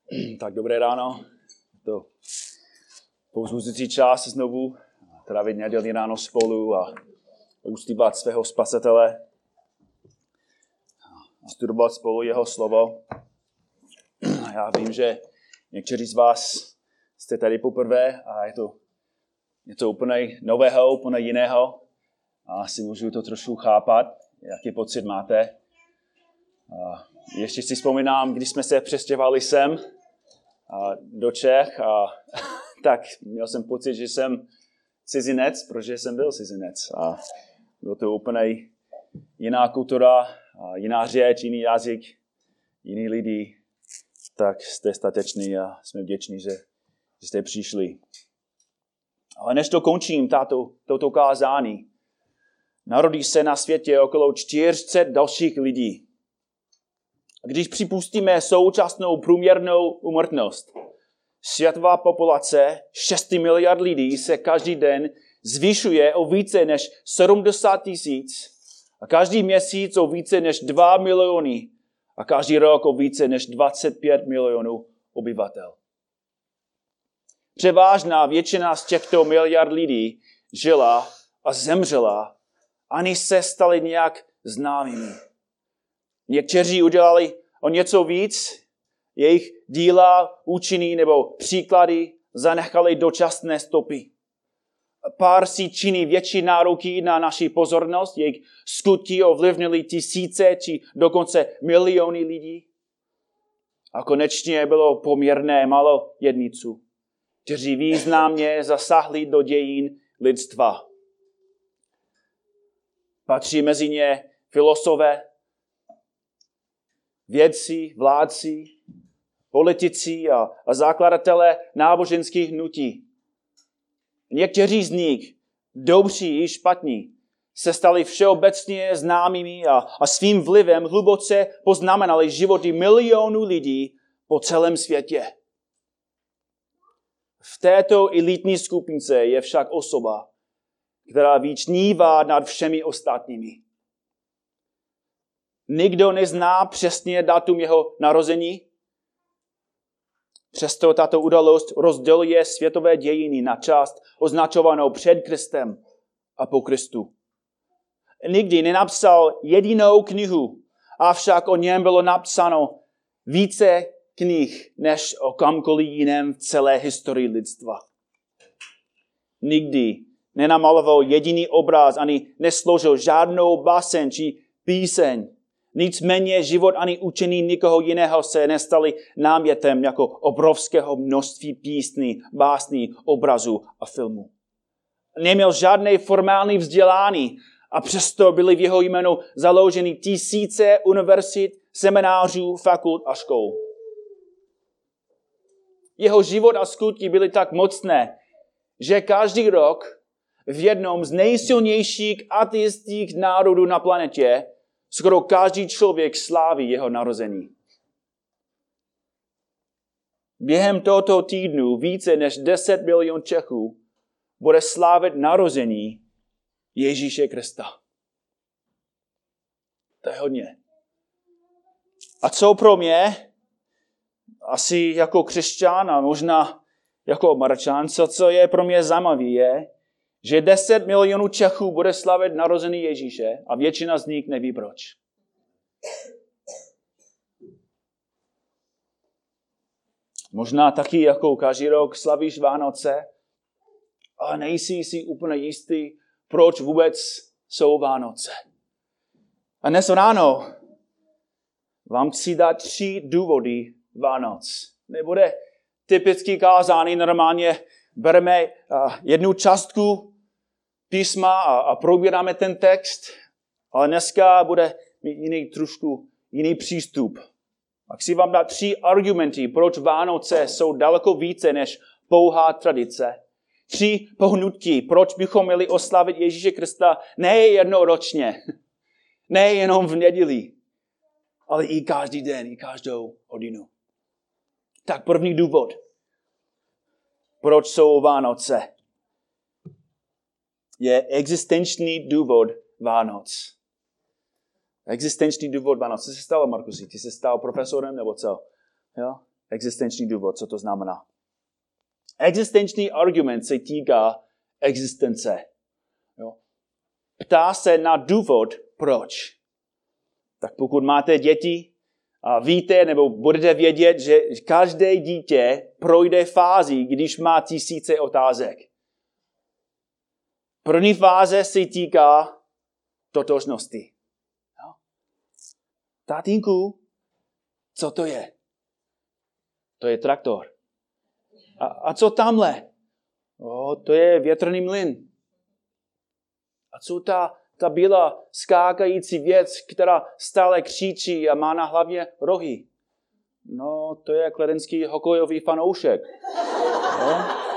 Tak dobré ráno. To povzbuzující čas znovu trávit nedělní ráno spolu a uctívat svého spasitele a studovat spolu jeho slovo. Já vím, že někteří z vás jste tady poprvé a je to úplně nového, úplně jiného. A asi můžu to trošku chápat, jaký pocit máte. Ještě si vzpomínám, když jsme se přestěhovali sem do Čech, tak měl jsem pocit, že jsem cizinec, protože jsem byl cizinec. A byl to úplně jiná kultura, jiná řeč, jiný jazyk, jiný lidi. Tak jste stateční a jsme vděční, že jste přišli. Ale než to končím, toto kázání, narodí se na světě okolo 400 dalších lidí. Když připustíme současnou průměrnou úmrtnost, světová populace 6 miliard lidí se každý den zvyšuje o více než 70 000 a každý měsíc o více než 2 miliony a každý rok o více než 25 milionů obyvatel. Převážná většina z těchto miliard lidí žila a zemřela, ani se stali nějak známými. Někteří udělali o něco víc, jejich díla, účiny nebo příklady zanechali dočasné stopy. Pár si činí větší nároky na naši pozornost, jejich skutky ovlivnili tisíce či dokonce miliony lidí. A konečně bylo poměrné málo jedniců, kteří významně zasáhli do dějin lidstva. Patří mezi ně filozofové, vědci, vládci, politici a zakladatelé náboženských hnutí. Někteří z nich, dobří i špatní, se stali všeobecně známými a svým vlivem hluboce poznamenali životy milionů lidí po celém světě. V této elitní skupince je však osoba, která vyčnívá nad všemi ostatními. Nikdo nezná přesně datum jeho narození. Přesto tato událost rozděluje světové dějiny na část označovanou před Kristem a po Kristu. Nikdy nenapsal jedinou knihu, avšak o něm bylo napsáno více knih než o kamkoliv jiném v celé historii lidstva. Nikdy nenamaloval jediný obraz, ani nesložil žádnou báseň či píseň. Nicméně život ani učení nikoho jiného se nestali námětem jako obrovského množství písní, básní, obrazů a filmů. Neměl žádné formální vzdělání a přesto byly v jeho jménu založeny tisíce univerzit, seminářů, fakult a škol. Jeho život a skutky byly tak mocné, že každý rok v jednom z nejsilnějších ateistických národů na planetě skoro každý člověk sláví jeho narození. Během tohoto týdnu více než 10 milionů Čechů bude slávit narození Ježíše Krista. To je hodně. A co pro mě, asi jako křesťan a možná jako Marčan, co je pro mě zajímavé je, že 10 milionů Čechů bude slavit narození Ježíše a většina z nich neví proč. Možná taky jako každý rok slavíš Vánoce, ale nejsi si úplně jistý, proč vůbec jsou Vánoce. A dnes ráno vám chci dát 3 důvody Vánoc. Nebude typický kázání, normálně bereme jednu částku písma a probíráme ten text, ale dneska bude mít trošku jiný přístup. A chci vám dát 3 argumenty, proč Vánoce jsou daleko více než pouhá tradice. 3 pohnutky, proč bychom měli oslavit Ježíše Krista ne jednou ročně, ne jenom v neděli, ale i každý den, i každou hodinu. Tak první důvod. Proč jsou Vánoce? Je existenční důvod Vánoc. Existenční důvod Vánoc. Co se stalo, Markusi? Ty jsi stal profesorem nebo co? Jo? Existenční důvod, co to znamená? Existenční argument se týká existence. Jo? Ptá se na důvod, proč. Tak pokud máte děti, a víte nebo budete vědět, že každé dítě projde fází, když má tisíce otázek. První fáze se týká totožnosti. Jo? Tatínku, co to je? To je traktor. A co tamhle? To je větrný mlyn. A co ta bílá skákající věc, která stále křičí a má na hlavě rohy? No, to je kladenský hokejový fanoušek. No?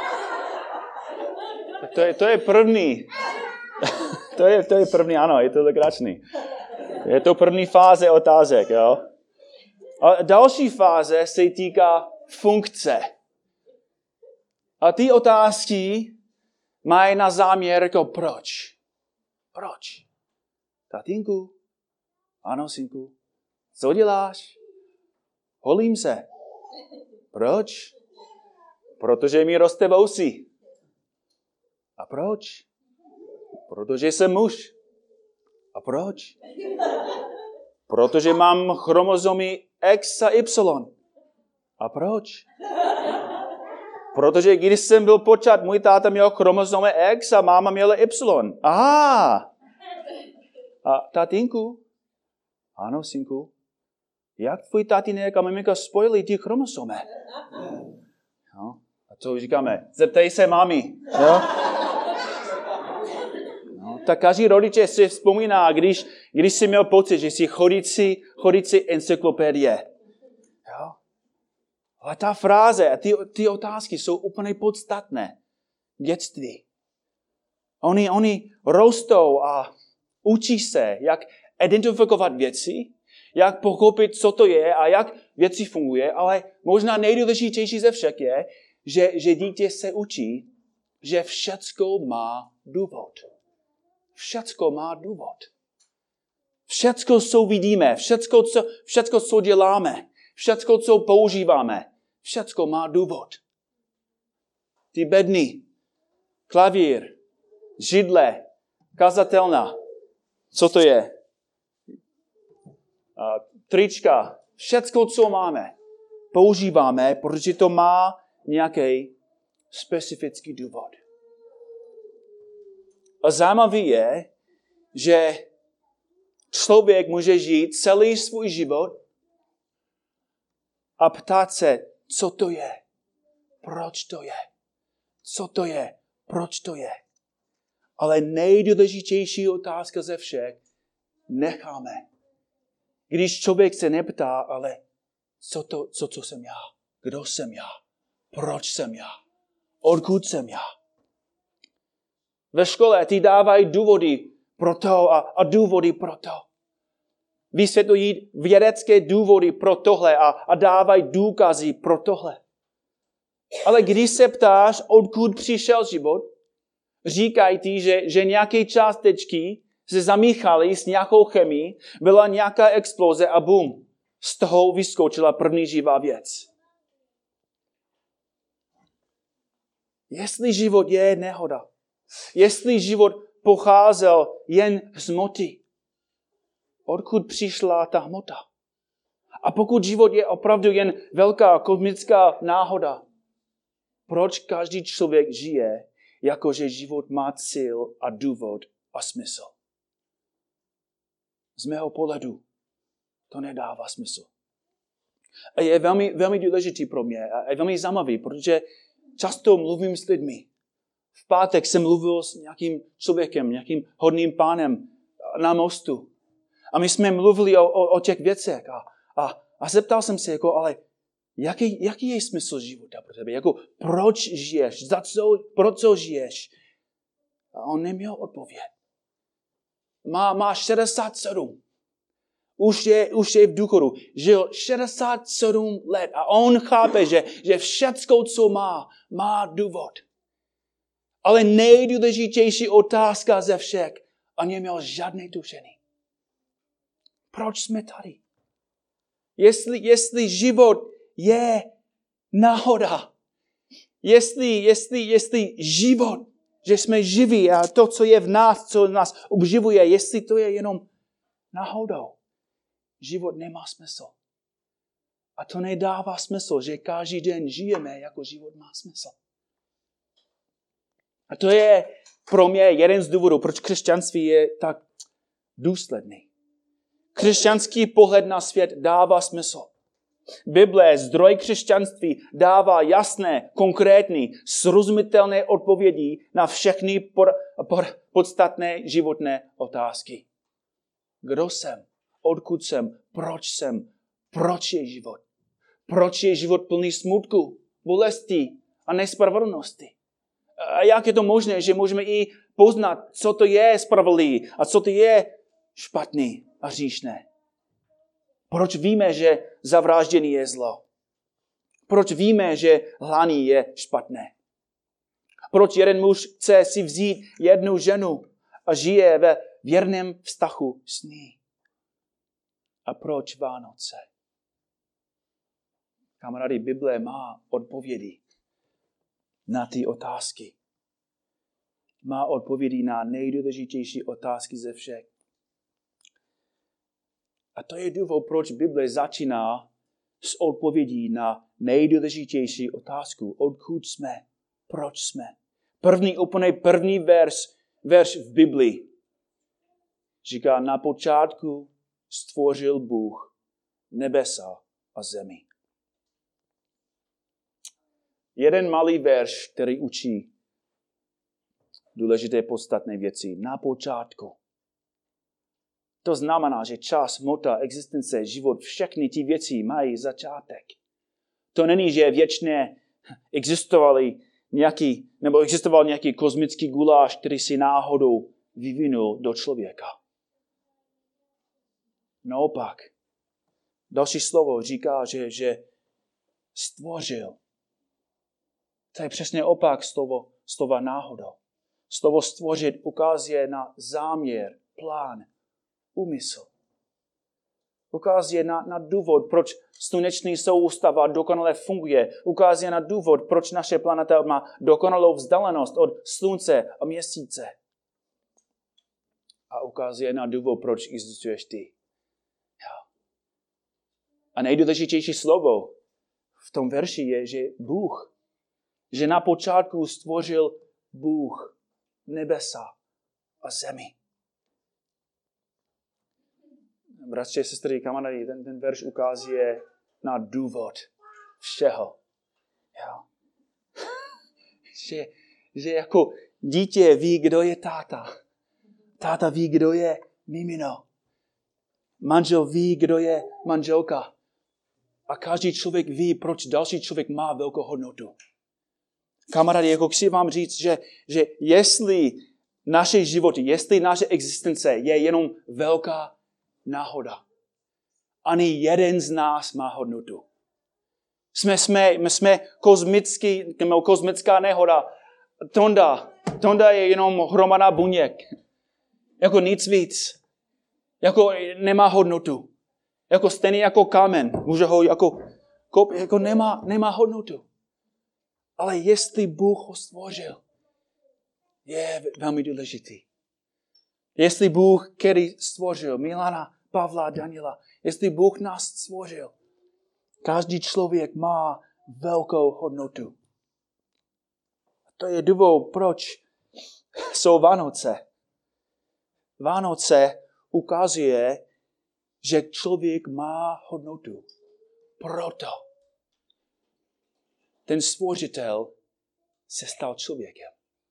To je první. to je první, ano, je to legrační. Je to první fáze otázek, jo? A další fáze se týká funkce. A ty otázky mají na záměr jako proč. Proč? Tatínku? Ano, synku. Co děláš? Holím se. Proč? Protože mi roste vousy. A proč? Protože jsem muž. A proč? Protože mám chromozomy X a Y. A proč? Protože když jsem byl počat, můj táta měl chromozomy X a máma měla Y. Aha! A tatínku? Ano, synku. Jak tvůj tatínek a maminka spojili ty chromozomy? No, a co říkáme? Zeptej se mámy. Jo? No, tak každý rodiče si vzpomíná, když jsi měl pocit, že jsi chodící encyklopedie. Jo? Ale ta fráze a ty otázky jsou úplně podstatné v dětství. Oni rostou a učí se, jak identifikovat věci, jak pochopit, co to je a jak věci funguje, ale možná nejdůležitější ze všech je, že dítě se učí, že všecko má důvod. Všecko má důvod. Všecko, co vidíme, všecko, co děláme, všecko, co používáme, všecko má důvod. Ty bedny, klavír, židle, kazatelna, co to je? Trička, všecko, co máme, používáme, protože to má nějaký specifický důvod. A zajímavý je, že člověk může žít celý svůj život a ptát se, co to je, proč to je, co to je, proč to je. Ale nejdůležitější otázka ze všech necháme. Když člověk se neptá, ale co jsem já, kdo jsem já, proč jsem já, odkud jsem já. Ve škole ti dávají důvody pro to a důvody pro to. Vysvětlují vědecké důvody pro tohle a dávají důkazy pro tohle. Ale když se ptáš, odkud přišel život, říkají ti, že nějaké částečky se zamíchaly s nějakou chemií, byla nějaká exploze a bum, z toho vyskočila první živá věc. Jestli život je nehoda, jestli život pocházel jen z hmoty, odkud přišla ta hmota? A pokud život je opravdu jen velká kosmická náhoda, proč každý člověk žije, jakože život má cíl a důvod a smysl? Z mého pohledu to nedává smysl. A je velmi, velmi důležitý pro mě a je velmi zajímavý, protože často mluvím s lidmi. V pátek jsem mluvil s nějakým člověkem, nějakým hodným pánem na mostu. A my jsme mluvili o těch věcech a zeptal jsem se, ale jaký je smysl života pro tebe? Proč žiješ? Pro co žiješ? A on neměl odpověď. Má 67. Už je v důchodu. Žil 67 let a on chápe, že všecko, co má důvod. Ale nejdůležitější otázka ze všech, on neměl žádné tušení. Proč jsme tady? Jestli život je náhoda. Jestli život, že jsme živí a to, co je v nás, co nás obživuje, jestli to je jenom náhodou. Život nemá smysl. A to nedává smysl, že každý den žijeme, jako život má smysl. A to je pro mě jeden z důvodů, proč křesťanství je tak důsledný. Křesťanský pohled na svět dává smysl. Bible, zdroj křesťanství, dává jasné, konkrétní, srozumitelné odpovědi na všechny podstatné životné otázky. Kdo jsem? Odkud jsem? Proč je život? Proč je život plný smutku, bolesti a nespravedlnosti? A jak je to možné, že můžeme i poznat, co to je spravedlivý a co to je špatný a hříšné? Proč víme, že zavraždění je zlo? Proč víme, že hlaní je špatné? Proč jeden muž chce si vzít jednu ženu a žije ve věrném vztahu s ní? A proč Vánoce? Kamarádi, Bible má odpovědi na ty otázky. Má odpovědi na nejdůležitější otázky ze všech. A to je důvod, proč Bible začíná s odpovědí na nejdůležitější otázku. Odkud jsme? Proč jsme? První verš v Biblii říká, na počátku stvořil Bůh nebesa a zemi. Jeden malý verš, který učí důležité podstatné věci. Na počátku. To znamená, že čas, hmota, existence, život, všechny ty věci mají začátek. To není, že věčně existoval nějaký kosmický guláš, který si náhodou vyvinul do člověka. Naopak. Další slovo říká, že stvořil. To je přesně opak slova náhodou. Slovo stvořit ukazuje na záměr, plán, úmysl. Ukazuje na důvod, proč sluneční soustava dokonale funguje. Ukazuje na důvod, proč naše planeta má dokonalou vzdálenost od slunce a měsíce. A ukazuje na důvod, proč existuješ ty. A nejdůležitější slovo v tom verši je, že Bůh, že na počátku stvořil Bůh nebesa a zemi. Bratři a sestry, kamarádi, ten verš ukazuje na důvod všeho. Jo. Že jako dítě ví, kdo je táta. Táta ví, kdo je mimino. Manžel ví, kdo je manželka. A každý člověk ví, proč další člověk má velkou hodnotu. Kamarádi, jako chci vám říct, že jestli naše životy, jestli naše existence je jenom velká náhoda, ani jeden z nás má hodnotu. Jsme kosmická nehoda. Tonda je jenom hromada buněk. Jako nic víc. Jako nemá hodnotu. Jako stejný jako kámen. Může ho jako nemá hodnotu. Ale jestli Bůh ho stvořil, je velmi důležitý. Jestli Bůh, který stvořil Milana, Pavla, Daniela, jestli Bůh nás stvořil, každý člověk má velkou hodnotu. To je důvod, proč jsou Vánoce. Vánoce ukazuje, že člověk má hodnotu. Proto ten stvořitel se stal člověkem.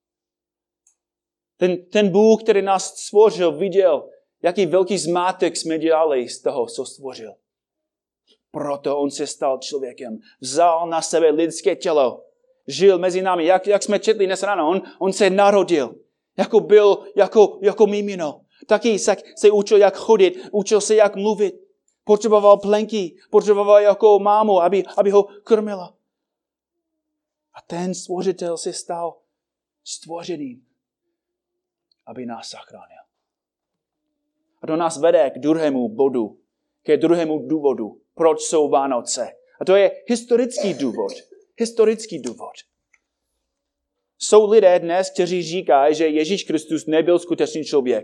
Ten Bůh, který nás stvořil, viděl, jaký velký zmátek jsme dělali z toho, co stvořil. Proto on se stal člověkem. Vzal na sebe lidské tělo. Žil mezi námi. Jak jsme četli dnes ráno, on se narodil. Jako mimino. Taky se učil, jak chodit. Učil se, jak mluvit. Potřeboval plenky. Potřeboval jako mámu, aby ho krmila. A ten stvořitel se stal stvořeným, aby nás zachránil. A to nás vede k druhému bodu, ke druhému důvodu, proč jsou Vánoce. A to je historický důvod. historický důvod. Jsou lidé dnes, kteří říkají, že Ježíš Kristus nebyl skutečný člověk.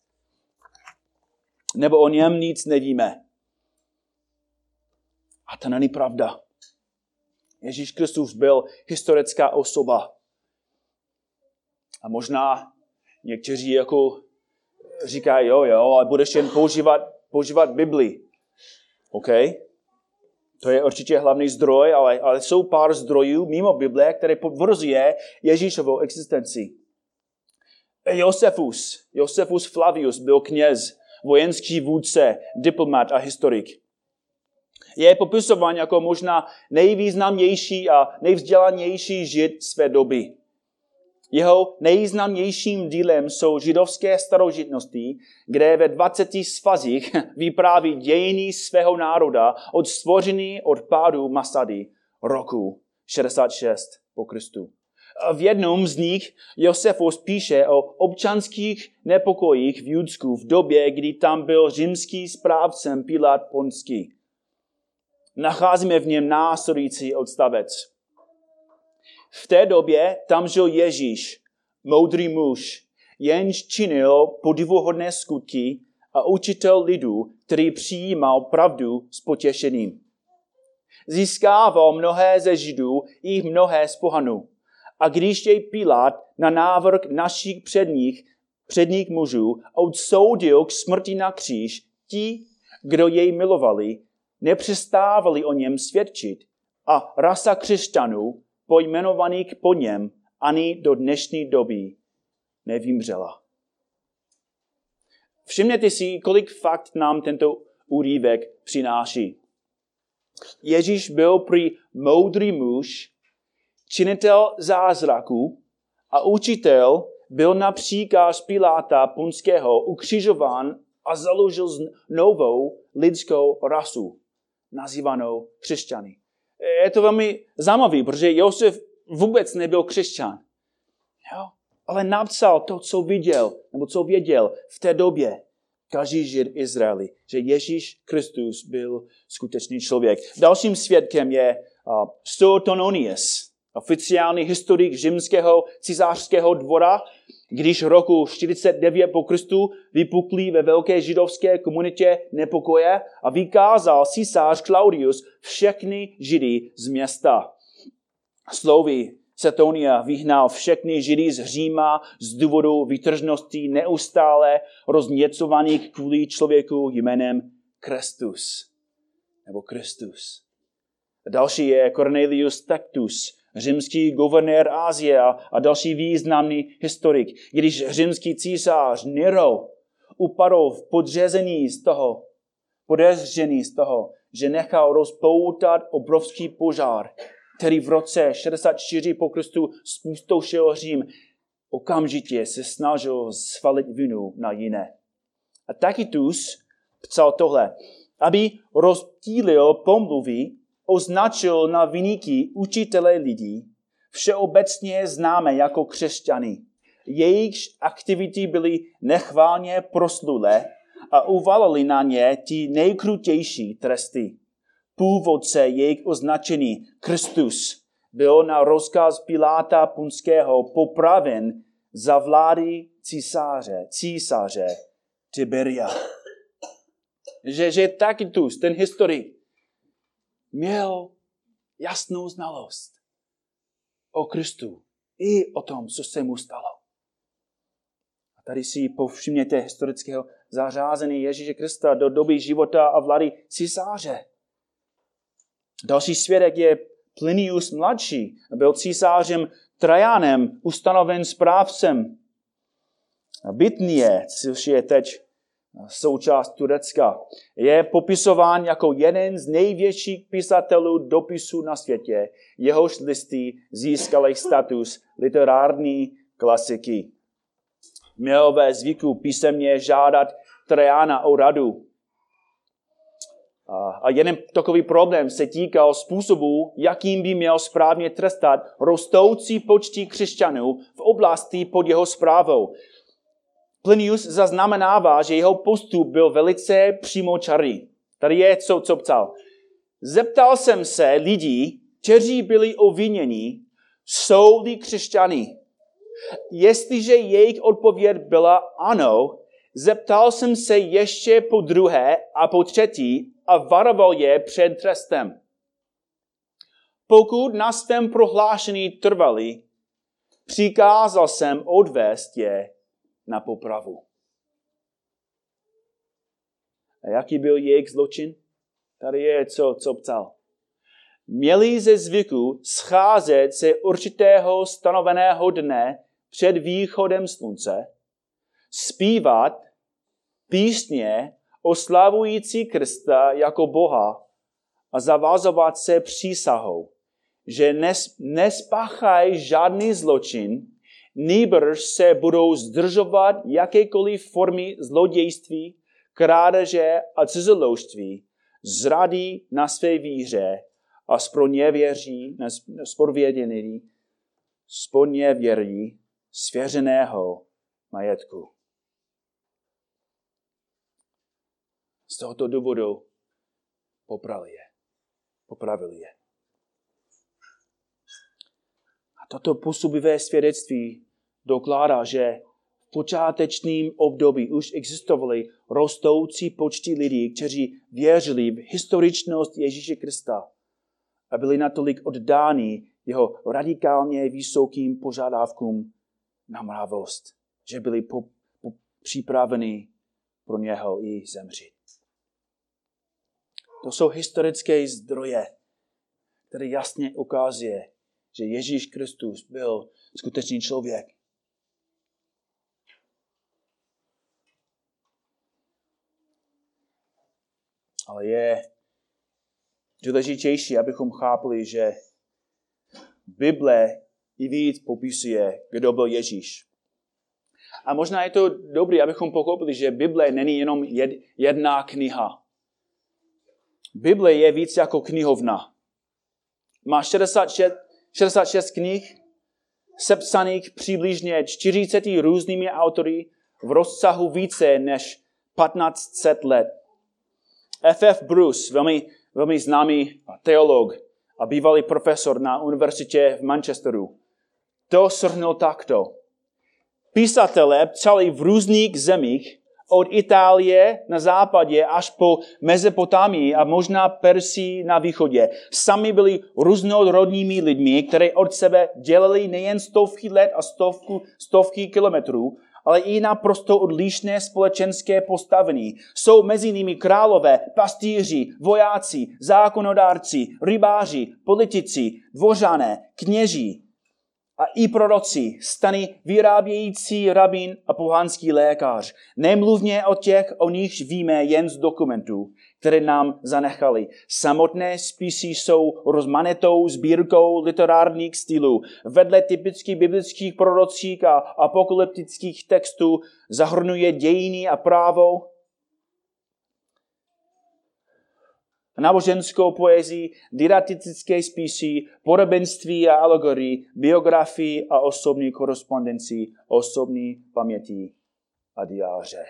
Nebo o něm nic nevíme. A to není pravda. Ježíš Kristus byl historická osoba. A možná někteří jako říkají, jo, ale budeš jen používat Bibli. OK? To je určitě hlavní zdroj, ale jsou pár zdrojů mimo Bible, které potvrzuje Ježíšovou existenci. Josefus Flavius byl kněz, vojenský vůdce, diplomat a historik. Je popisován jako možná nejvýznamnější a nejvzdělanější žid své doby. Jeho nejznámějším dílem jsou židovské starožitnosti, kde ve 20 svazích vypráví dějiny svého národa od stvoření od pádu Masady roku 66 po Kristu. V jednom z nich Josefus píše o občanských nepokojích v Judsku v době, kdy tam byl římský správcem Pilát Ponský. Nacházíme v něm následující odstavec. V té době tam žil Ježíš, moudrý muž, jenž činil podivuhodné skutky a učitel lidu, který přijímal pravdu s potěšením. Získával mnohé ze Židů i mnohé z pohanů. A když jej Pilát na návrh našich předních mužů odsoudil k smrti na kříž, ti, kdo jej milovali, nepřestávali o něm svědčit a rasa křesťanů, pojmenovaných po něm, ani do dnešní doby nevymřela. Všimněte si, kolik fakt nám tento úryvek přináší. Ježíš byl prý moudrý muž, činitel zázraků a učitel byl na příkaz Piláta Ponského ukřižován a založil novou lidskou rasu, nazývanou křesťany. Je to velmi zajímavé, protože Josef vůbec nebyl křesťan. Jo? Ale napsal to, co viděl, nebo co věděl v té době každý žid Izraeli, že Ježíš Kristus byl skutečný člověk. Dalším svědkem je Suetonius, oficiální historik římského císařského dvora, když roku 49 po Kristu vypukly ve velké židovské komunitě nepokoje a vykázal císař Claudius všechny židy z města. Slovy Suetonia vyhnal všechny židy z Říma z důvodu vytržnosti neustále rozněcovaných kvůli člověku jménem Kristus. Nebo Kristus. Další je Cornelius Tacitus, římský guvernér Asie a další významný historik. Když římský císař Nero upadl v podřezený z toho, že nechal rozpoutat obrovský požár, který v roce 64 po Kristu zpustošil Řím, okamžitě se snažil svalit vinu na jiné. A Tacitus psal tohle, aby rozptýlil pomluvy, označil na viníky učitele lidí, všeobecně známé jako křesťany. Jejichž aktivity byly nechválně proslulé a uvalili na ně ty nejkrutější tresty. Původce jejich označení Kristus byl na rozkaz Piláta Ponského popraven za vlády císaře Tiberia. Že Tacitus, ten historik, měl jasnou znalost o Kristu i o tom, co se mu stalo. A tady si povšimněte historického zařázení Ježíše Krista do doby života a vlády císaře. Další svědek je Plinius mladší. Byl císařem Trajanem, ustanoven správcem Bitnie, což je teď součást Turecka. Je popisován jako jeden z největších pisatelů dopisů na světě. Jehož listy získaly status literární klasiky. Měl ve zvyku písemně žádat Trajana o radu. A jeden takový problém se týkal způsobu, jakým by měl správně trestat rostoucí počty křesťanů v oblasti pod jeho správou. Plinius zaznamenává, že jeho postup byl velice přímočarý. Tady je, co psal. Zeptal jsem se lidí, kteří byli obviněni, jsou-li křesťany. Jestliže jejich odpověď byla ano, zeptal jsem se ještě po druhé a po třetí a varoval je před trestem. Pokud na svém prohlášení trvali, přikázal jsem odvést je na popravu. A jaký byl jejich zločin? Tady je, co psal. Měli ze zvyku scházet se určitého stanoveného dne před východem slunce, zpívat písně oslavující Krista jako Boha a zavazovat se přísahou, že nespáchají žádný zločin, nýbrž se budou zdržovat jakékoliv formy zlodějství, krádeže a cizoložství, zradí na své víře a zpronevěří svěřeného majetku. Z tohoto důvodu popravili je. A toto působivé svědectví dokládá, že v počátečním období už existovaly rostoucí počty lidí, kteří věřili v historičnost Ježíše Krista a byli natolik oddáni jeho radikálně vysokým požadavkům na mravost, že byli připraveni pro něho i zemřít. To jsou historické zdroje, které jasně ukazuje, že Ježíš Kristus byl skutečný člověk. Ale je důležitější, abychom chápali, že Bible i víc popisuje, kdo byl Ježíš. A možná je to dobré, abychom pochopili, že Bible není jenom jedna kniha. Bible je víc jako knihovna. Má 66 knih, sepsaných přibližně 40 různými autory v rozsahu více než 1500 let. F.F. Bruce, velmi známý teolog a bývalý profesor na univerzitě v Manchesteru, to shrnul takto. Písatelé psali v různých zemích, od Itálie na západě až po Mezopotámii a možná Persii na východě. Sami byli různorodnými lidmi, kteří od sebe dělali nejen stovky let a stovky kilometrů, ale i naprosto odlišné společenské postavení. Jsou mezi nimi králové, pastýři, vojáci, zákonodárci, rybáři, politici, dvořané, kněží a i proroci, stany vyrábějící rabín a pohanský lékař. Nemluvně o těch, o nichž víme jen z dokumentů, které nám zanechali. Samotné spisy jsou rozmanitou sbírkou literárních stylů. Vedle typických biblických prorockých a apokalyptických textů zahrnuje dějiny a právo, náboženskou poezii, didaktické spisy, podobenství a alegorii, biografii a osobní korespondenci, osobní paměti a diáře.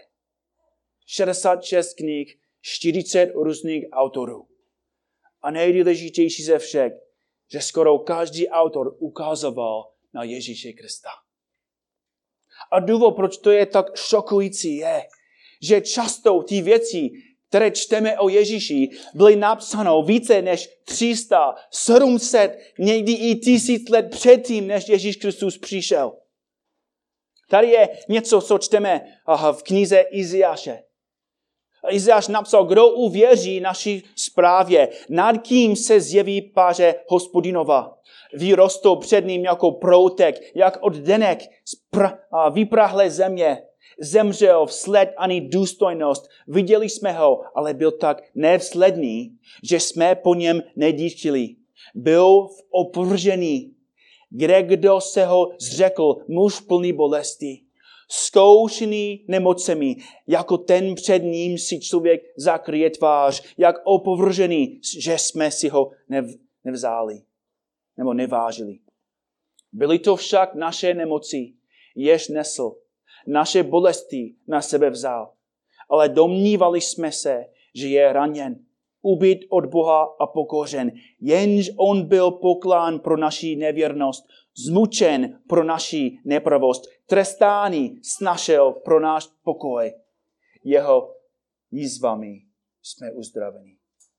66 knih, 40 různých autorů. A nejdůležitější ze všech, že skoro každý autor ukazoval na Ježíše Krista. A důvod, proč to je tak šokující, je, že často ty věci, které čteme o Ježíši, byly napsáno více než 300, 700, někdy i 1000 let předtím, než Ježíš Kristus přišel. Tady je něco, co čteme v knize Izajáše. Izajáš napsal, kdo uvěří naší zprávě, nad kým se zjeví páře Hospodinova. Vyrostou před ním jako proutek, jak oddenek z vyprahlé země. Zemřel vsled ani důstojnost. Viděli jsme ho, ale byl tak nevsledný, že jsme po něm nedýchali. Byl opovržení, kde kdo se ho zřekl, muž plný bolesti. Zkoušený nemocemi, jako ten před ním si člověk zakryje tvář, jak opovržený, že jsme si ho nevzali, nebo nevážili. Byly to však naše nemoci, jež nesl, naše bolesti na sebe vzal. Ale domnívali jsme se, že je raněn, ubit od Boha a pokořen. Jenž on byl poklán pro naši nevěrnost, zmučen pro naši nepravost, trestání snašel pro náš pokoj. Jeho jízvami jsme uzdraveni.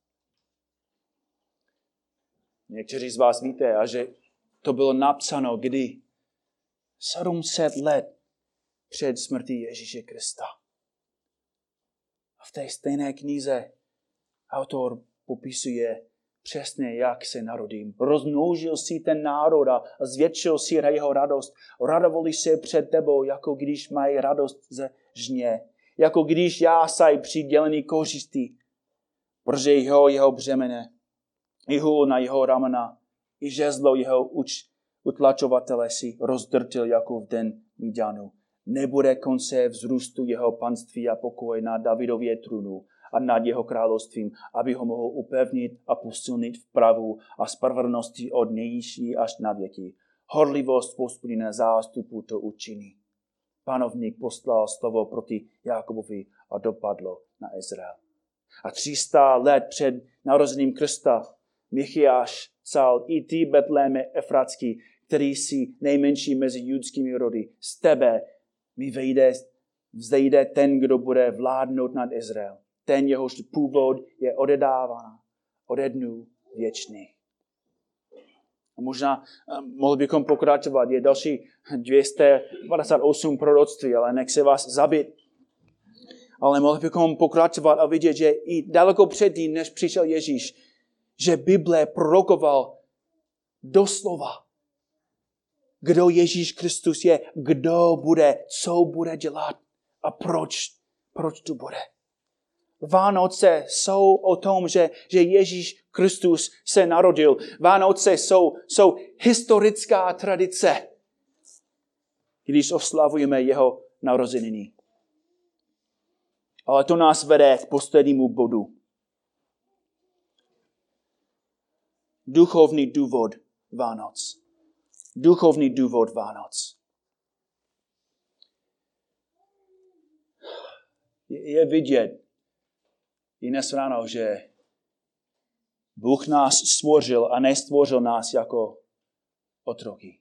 Někteří z vás víte, a že to bylo napsáno kdy? 700 let před smrtí Ježíše Krista. A v té stejné knize autor popisuje přesně, jak se narodím. Rozmnožil si ten národ a zvětšil si jeho radost. Radovali se před tebou, jako když mají radost ze žně. Jako když jásají přidělený kořistí. Protože jeho břemene, i hůl na jeho ramena, i žezlo jeho utlačovatele si rozdrtil jako v den Midianu. Nebude konce vzrůstu jeho panství a pokoj na Davidově trůnu a nad jeho královstvím, aby ho mohl upevnit a posilnit v pravu a spravedlnosti od nejvyšší až na věky. Horlivost Hospodina zástupu to učiní. Panovník poslal slovo proti Jakobovi a dopadlo na Izrael. A 300 let před narozením Krista Michiáš psal: I ty, Betléme Efratský, který jsi nejmenší mezi judskými rody, z tebe mi vzejde ten, kdo bude vládnout nad Izrael. Ten, jehož původ je odedáván, ode dnů věčných. A možná mohli bychom pokračovat. Je další 258 proroctví, ale nechci vás zabít. Ale mohli bychom pokračovat a vidět, že i daleko předtím, než přišel Ježíš, že Bible prorokoval doslova, kdo Ježíš Kristus je, kdo bude, co bude dělat a proč tu bude. Vánoce jsou o tom, že Ježíš Kristus se narodil. Vánoce jsou historická tradice, když oslavujeme jeho narozeniny. Ale to nás vede k poslednímu bodu. Duchovní důvod Vánoc. Duchovní důvod Vánoc. Je vidět i dnes ráno, že Bůh nás stvořil a nestvořil nás jako otroky.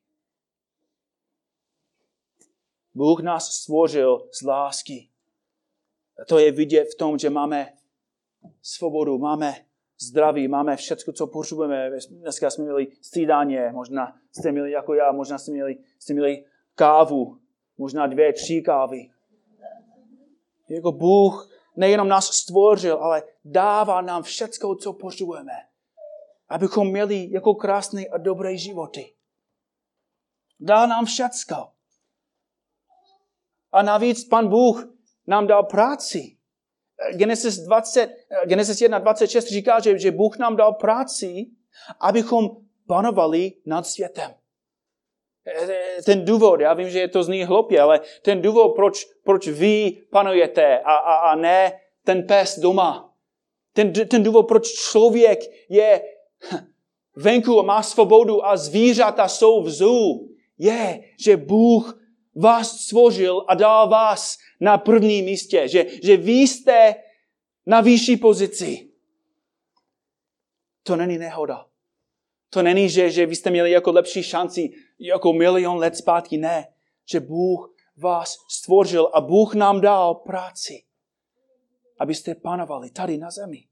Bůh nás stvořil z lásky. A to je vidět v tom, že máme svobodu, máme zdraví, máme všechno, co potřebujeme. Dneska jsme měli střídání, možná jste měli jako já, možná jste měli kávu, možná 2, 3 kávy. Jako Bůh nejenom nás stvořil, ale dává nám všechno, co potřebujeme, abychom měli jako krásné a dobré životy. Dá nám všechno. A navíc Pan Bůh nám dal práci. Genesis 1:26 říká, že Bůh nám dal práci, abychom panovali nad světem. Ten důvod, já vím, že to zní hloupě, ale ten důvod, proč vy panujete a ne ten pes doma. Ten důvod, proč člověk je venku a má svobodu a zvířata jsou vzů, je, že Bůh vás stvořil a dal vás na první místě. Že vy jste na vyšší pozici. To není nehoda. To není, že vy jste měli jako lepší šanci jako 1 milion let zpátky. Ne. Že Bůh vás stvořil a Bůh nám dal práci, abyste panovali tady na zemi.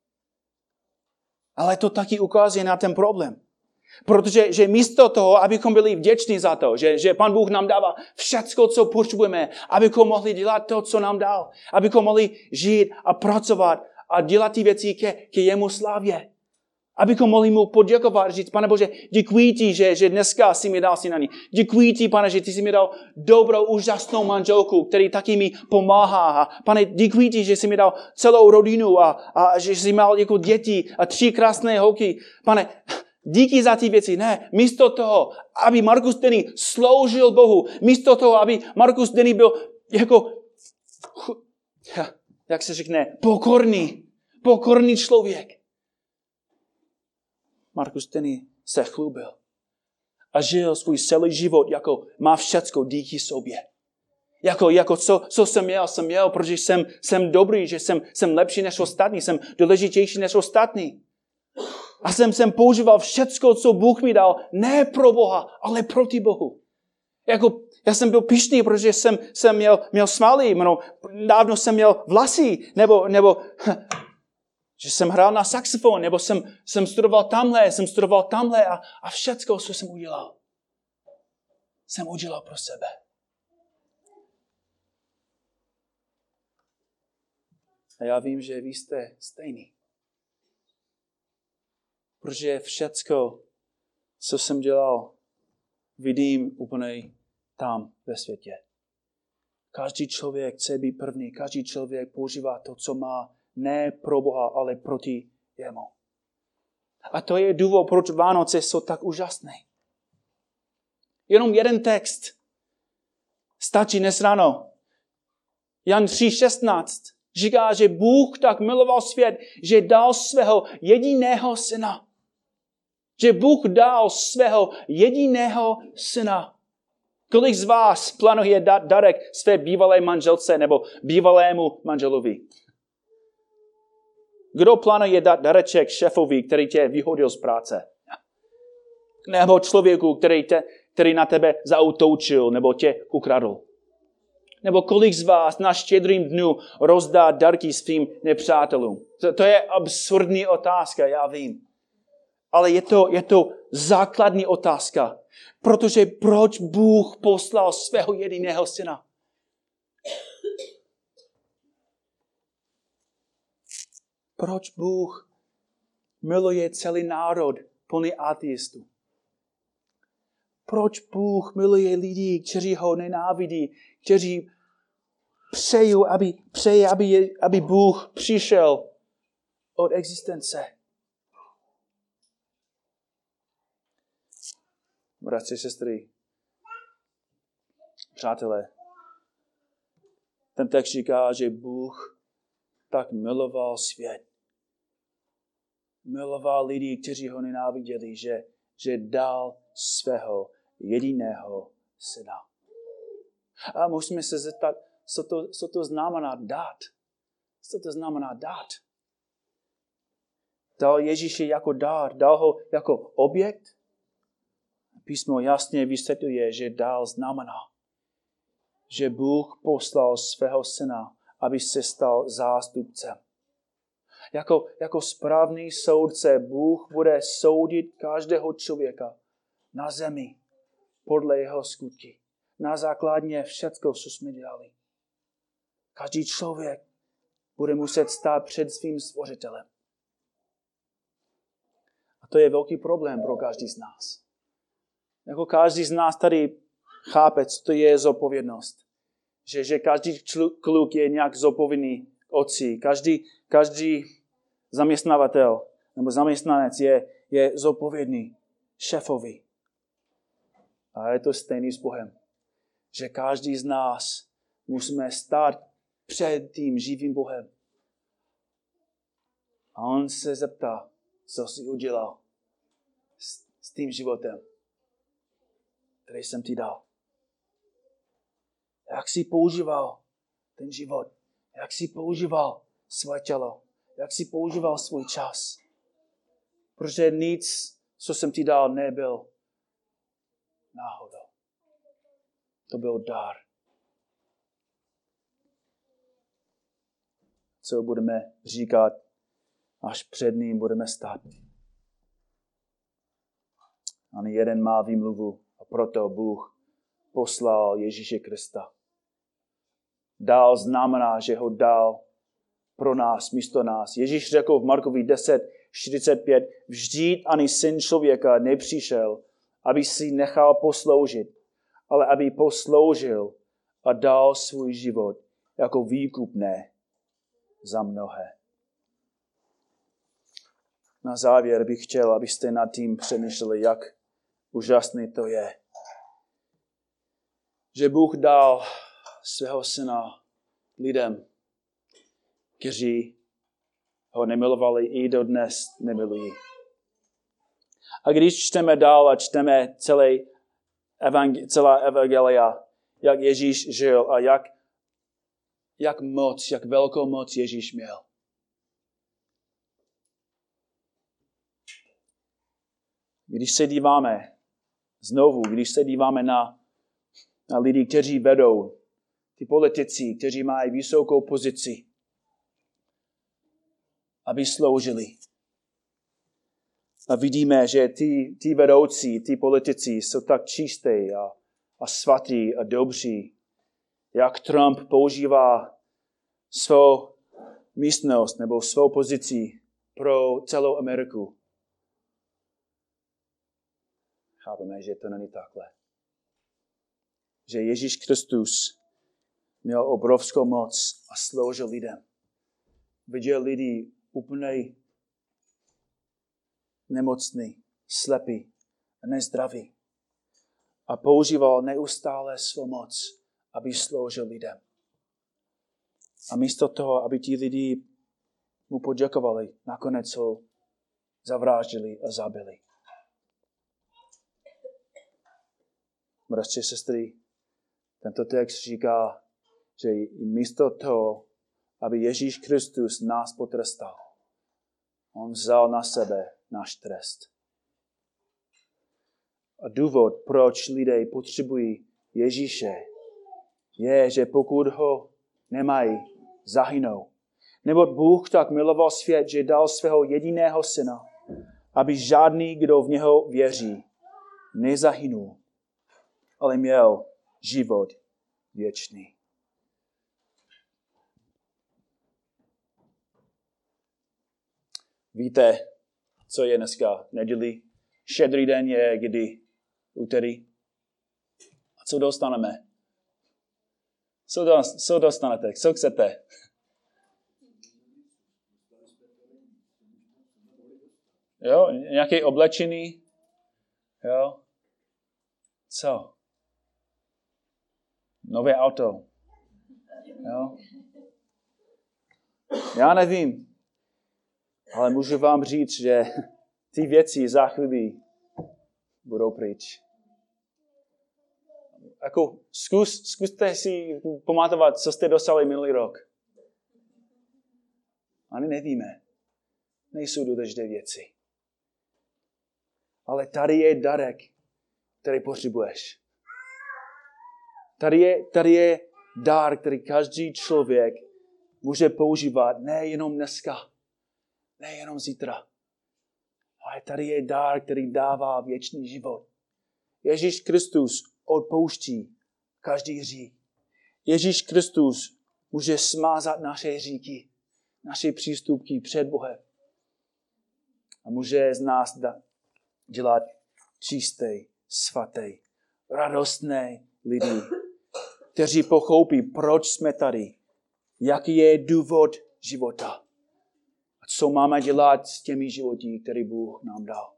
Ale to taky ukazuje na ten problém. Protože že místo toho, abychom byli vděční za to, že Pan Bůh nám dává všecko, co potřebujeme, abychom mohli dělat to, co nám dal. Abychom mohli žít a pracovat a dělat ty věci ke jemu slávě. Abychom mohli mu poděkovat, říct: Pane Bože, děkuji ti, že dneska jsi mi dal snídaní. Děkuji ti, Pane, že ty jsi mi dal dobrou, úžasnou manželku, který taky mi pomáhá. Pane, děkuji ti, že jsi mi dal celou rodinu a že jsi měl jako děti a 3 krásné holky. Pane, díky za ty věci. Ne, místo toho, aby Marcus Denny sloužil Bohu, místo toho, aby Marcus Denny byl jako, jak se řekne, pokorný člověk. Marcus Denny se chlubil a žil svůj celý život, jako má všecko díky sobě. Jako co jsem měl, protože jsem dobrý, že jsem lepší než ostatní, jsem důležitější než ostatní. A jsem používal všecko, co Bůh mi dal, ne pro Boha, ale proti Bohu. Já jsem byl pyšný, protože jsem měl svaly, dávno jsem měl vlasy, nebo že jsem hrál na saxofon, nebo jsem studoval tamhle a všecko, co jsem udělal pro sebe. A já vím, že vy jste stejný. Protože všecko, co jsem dělal, vidím úplně tam ve světě. Každý člověk chce být první, každý člověk používá to, co má, ne pro Boha, ale proti jemu. A to je důvod, proč Vánoce jsou tak úžasné. Jenom jeden text stačí dnes ráno. Jan 3:16 říká, že Bůh tak miloval svět, že dal svého jediného syna. Že Bůh dal svého jediného syna. Kolik z vás plánuje dát darek své bývalé manželce nebo bývalému manželovi? Kdo plánuje dát dareček šéfovi, který tě vyhodil z práce? Nebo člověku, který na tebe zaútočil nebo tě ukradl? Nebo kolik z vás na Štědrým dnu rozdá darky svým nepřátelům? To je absurdní otázka, já vím. Ale je to základní otázka. Protože proč Bůh poslal svého jediného syna? Proč Bůh miluje celý národ plný ateistů? Proč Bůh miluje lidi, kteří ho nenávidí, kteří přejí, aby Bůh přišel od existence? Bratři, sestry, přátelé, ten text říká, že Bůh tak miloval svět. Miloval lidi, kteří ho nenáviděli, že dal svého jediného syna. A musíme se zeptat, co to znamená dát. Co to znamená dát? Dal Ježíše jako dár, dal ho jako objekt. Písmo jasně vysvětluje, že dál znamená, že Bůh poslal svého syna, aby se stal zástupcem. Jako správný soudce Bůh bude soudit každého člověka na zemi podle jeho skutky. Na základě všecko, co jsme dělali. Každý člověk bude muset stát před svým stvořitelem. A to je velký problém pro každý z nás. Jako každý z nás tady chápe, co to je zodpovědnost. Že každý kluk je nějak zodpovědný otci. Každý zaměstnavatel nebo zaměstnanec je zodpovědný šéfovi. A je to stejný s Bohem. Že každý z nás musíme stát před tím živým Bohem. A on se zeptá, co jsi udělal s tím životem, který jsem ti dal. Jak jsi používal ten život? Jak jsi používal své tělo? Jak jsi používal svůj čas? Protože nic, co jsem ti dal, nebyl náhodou. To byl dar. Co budeme říkat, až před ním budeme stát. Ani jeden má výmluvu a proto Bůh poslal Ježíše Krista. Dal znamená, že ho dal pro nás, místo nás. Ježíš řekl v Markovi 10:45, vždyť ani syn člověka nepřišel, aby si nechal posloužit, ale aby posloužil a dal svůj život jako výkupné za mnohé. Na závěr bych chtěl, abyste nad tím přemýšleli, jak úžasný to je. Že Bůh dal svého syna lidem, kteří ho nemilovali i dodnes nemilují. A když čteme dál a čteme celá evangelia, jak Ježíš žil a jak velkou moc Ježíš měl. Když se díváme na lidi, kteří vedou, ty politici, kteří mají vysokou pozici, aby sloužili. A vidíme, že ty vedoucí, ty politici jsou tak čistí a svatí a dobří, jak Trump používá svou místnost nebo svou pozici pro celou Ameriku. Chápeme, že to není takhle. Že Ježíš Kristus měl obrovskou moc a sloužil lidem. Viděl lidi úplně nemocný, slepý a nezdravý. A používal neustále svou moc, aby sloužil lidem. A místo toho, aby ti lidi mu poděkovali, nakonec ho zavraždili a zabili. Bratři, sestry, tento text říká, že místo toho, aby Ježíš Kristus nás potrestal, on vzal na sebe náš trest. A důvod, proč lidé potřebují Ježíše, je, že pokud ho nemají, zahynou. Neboť Bůh tak miloval svět, že dal svého jediného syna, aby žádný, kdo v něho věří, nezahynul, ale měl život věčný. Víte, co je dneska neděli? Štědrý den je kdy? Úterý. A co dostaneme? Co dostanete? Co chcete? Jo, nějaké oblečení? Jo. Co? Nové auto. Jo. Já nevím. Ale můžu vám říct, že ty věci za chvíli budou pryč. Jako zkuste si pamatovat, co jste dostali minulý rok. Ani nevíme. Nejsou důležité věci. Ale tady je darek, který potřebuješ. Tady je dar, který každý člověk může používat nejenom dneska, nejenom zítra. Ale tady je dar, který dává věčný život. Ježíš Kristus odpouští každý hřích. Ježíš Kristus může smázat naše hříchy, naše přístupky před Bohem. A může z nás dělat čistý, svatý, radostný lidi, kteří pochopí, proč jsme tady, jaký je důvod života a co máme dělat s těmi životy, které Bůh nám dal.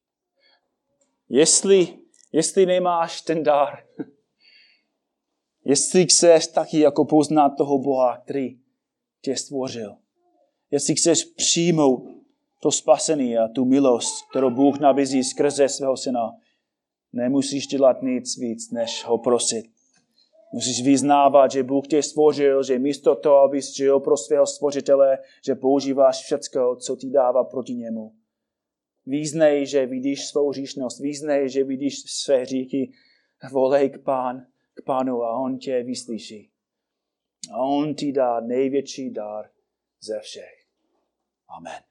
Jestli nemáš ten dar, jestli chceš taky jako poznat toho Boha, který tě stvořil, jestli chceš přijmout to spasení a tu milost, kterou Bůh nabízí skrze svého syna, nemusíš dělat nic víc, než ho prosit. Musíš vyznávat, že Bůh tě stvořil, že místo toho, abys žil pro svého stvořitele, že používáš všecko, co ti dává proti němu. Význej, že vidíš svou hříšnost, význej, že vidíš své hříchy, volej k Pánu a on tě vyslyší. A on ti dá největší dar ze všech. Amen.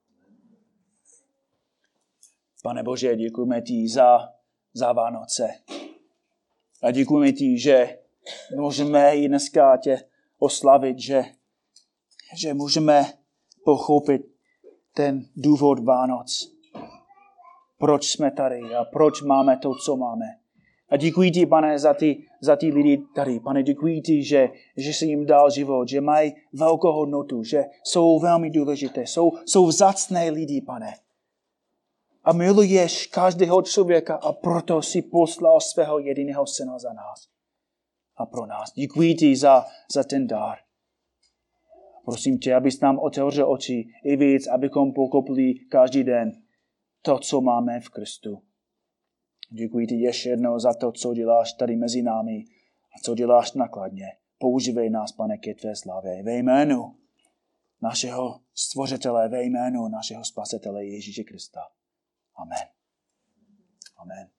Pane Bože, děkujeme ti za Vánoce. A děkujeme ti, že můžeme i dneska tě oslavit, že můžeme pochopit ten důvod Vánoc. Proč jsme tady a proč máme to, co máme. A děkuji ti, Pane, za ty lidi tady. Pane, děkuji ti, že jsi jim dal život, že mají velkou hodnotu, že jsou velmi důležité, jsou vzácné lidi, Pane. A miluješ každého člověka a proto si poslal svého jediného syna za nás a pro nás. Děkuji ti za ten dar. Prosím tě, abys nám otevřel oči i víc, abychom pochopili každý den to, co máme v Kristu. Děkuji ti ještě jednou za to, co děláš tady mezi námi A co děláš nakladně? Používej nás, Pane, ke tvé slávě. Ve jménu našeho stvořitele, ve jménu našeho spasitele Ježíše Krista. Amen. Amen.